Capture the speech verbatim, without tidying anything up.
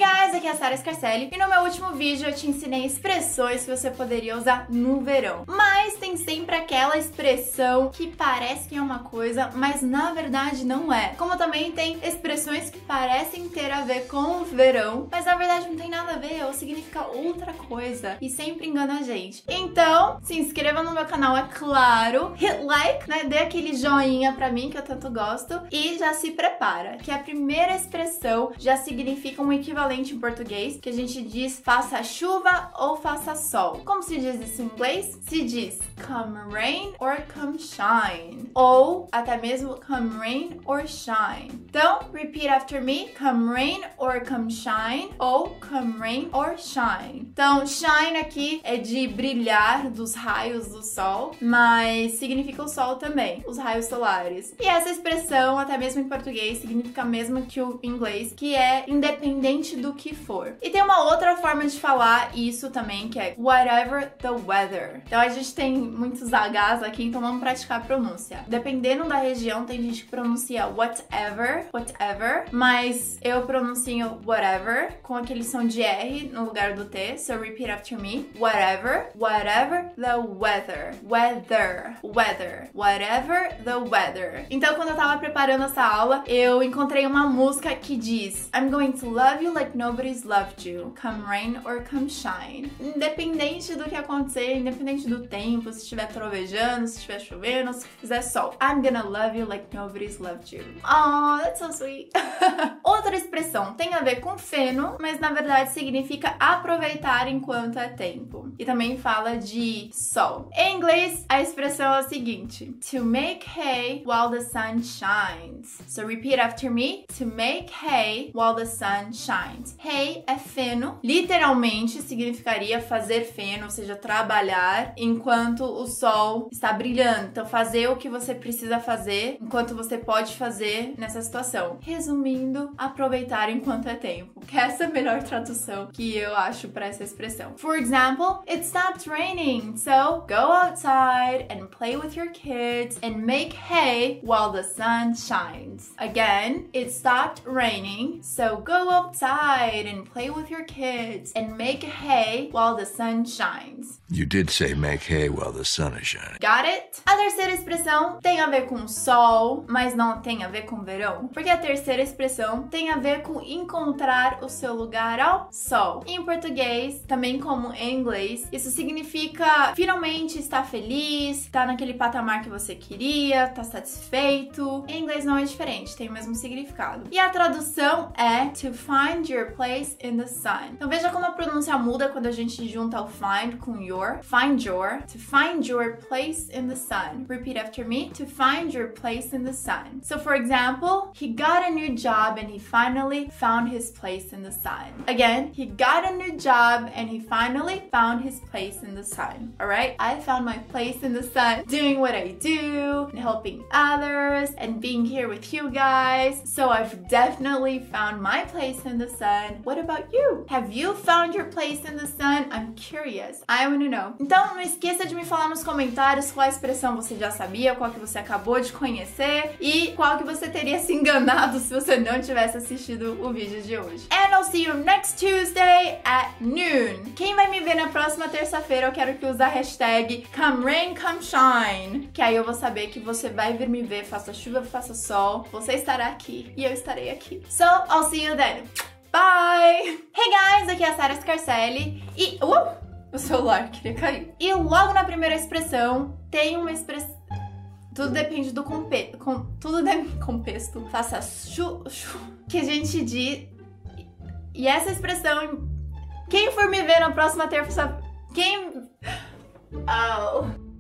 guys, aqui é a Sarah Scarcelli e no meu último vídeo eu te ensinei expressões que você poderia usar no verão. Mas tem sempre aquela expressão que parece que é uma coisa, mas na verdade não é. Como também tem expressões que parecem ter a ver com o verão, mas na verdade não tem nada a ver ou significa outra coisa e sempre engana a gente. Então, se inscreva no meu canal, é claro, hit like, né? Dê aquele joinha pra mim que eu tanto gosto e já se prepara, que a primeira expressão já significa um equivalente em português, que a gente diz faça chuva ou faça sol. Como se diz isso em inglês? Se diz come rain or come shine, ou até mesmo come rain or shine. Então, repeat after me, come rain or come shine, ou come rain or shine. Então, shine aqui é de brilhar dos raios do sol, mas significa o sol também, os raios solares. E essa expressão, até mesmo em português, significa a mesma que o inglês, que é independente do que for. E tem uma outra forma de falar isso também, que é whatever the weather. Então a gente tem muitos H's aqui, então vamos praticar a pronúncia. Dependendo da região, tem gente que pronuncia whatever, whatever, mas eu pronuncio whatever, com aquele som de R no lugar do T, so repeat after me. Whatever, whatever the weather, weather, weather, whatever the weather. Então quando eu tava preparando essa aula, eu encontrei uma música que diz I'm going to love you like nobody's loved you, come rain or come shine. Independente do que acontecer, independente do tempo, se estiver trovejando, se estiver chovendo, se fizer sol. I'm gonna love you like nobody's loved you. Oh, that's so sweet. Outra expressão tem a ver com feno, mas na verdade significa aproveitar enquanto é tempo. E também fala de sol. Em inglês, a expressão é a seguinte: to make hay while the sun shines. So repeat after me. To make hay while the sun shines. Hay é feno. Literalmente significaria fazer feno, ou seja, trabalhar enquanto o sol está brilhando. Então fazer o que você precisa fazer enquanto você pode fazer nessa situação. Resumindo, aproveitar enquanto é tempo. Que essa é a melhor tradução que eu acho para essa expressão. For example, it stopped raining, so go outside and play with your kids and make hay while the sun shines. Again, it stopped raining, so go outside and play with your kids and make hay while the sun shines. You did say make hay while the sun is shining. Got it? A terceira expressão tem a ver com sol, mas não tem a ver com verão, porque a terceira expressão tem a ver com encontrar o seu lugar ao sol. Em português, também como em inglês, isso significa finalmente estar feliz, estar naquele patamar que você queria, estar satisfeito. Em inglês não é diferente, tem o mesmo significado. E a tradução é to find your place in the sun. Então veja como a pronúncia muda quando a gente junta o find com your. Find your, to find your place in the sun. Repeat after me. To find your place in the sun. So for example, he got a new job and he finally found his place in the sun. Again, he got a new job and he finally found his place in the sun. Alright? I found my place in the sun doing what I do and helping others and being here with you guys. So I've definitely found my place in the sun. What about you? Have you found your place in the sun? I'm curious. I want to know. Então não esqueça de me falar nos comentários qual expressão você já sabia, qual que você acabou de conhecer e qual que você teria se enganado se você não tivesse assistido o vídeo de hoje. And I'll see you next Tuesday at noon. Quem vai me ver na próxima terça-feira, eu quero que use a hashtag come rain, come shine, que aí eu vou saber que você vai vir me ver, faça chuva, faça sol, você estará aqui e eu estarei aqui. So, I'll see you then. Bye! Hey guys, aqui é a Sarah Scarcelli e... Uh! O celular queria cair. E logo na primeira expressão tem uma expressão... Tudo depende do compe... Com... Tudo de... contexto. Faça chu... chu... Que a gente diz... E essa expressão... Quem for me ver na próxima terça... Quem... Oh...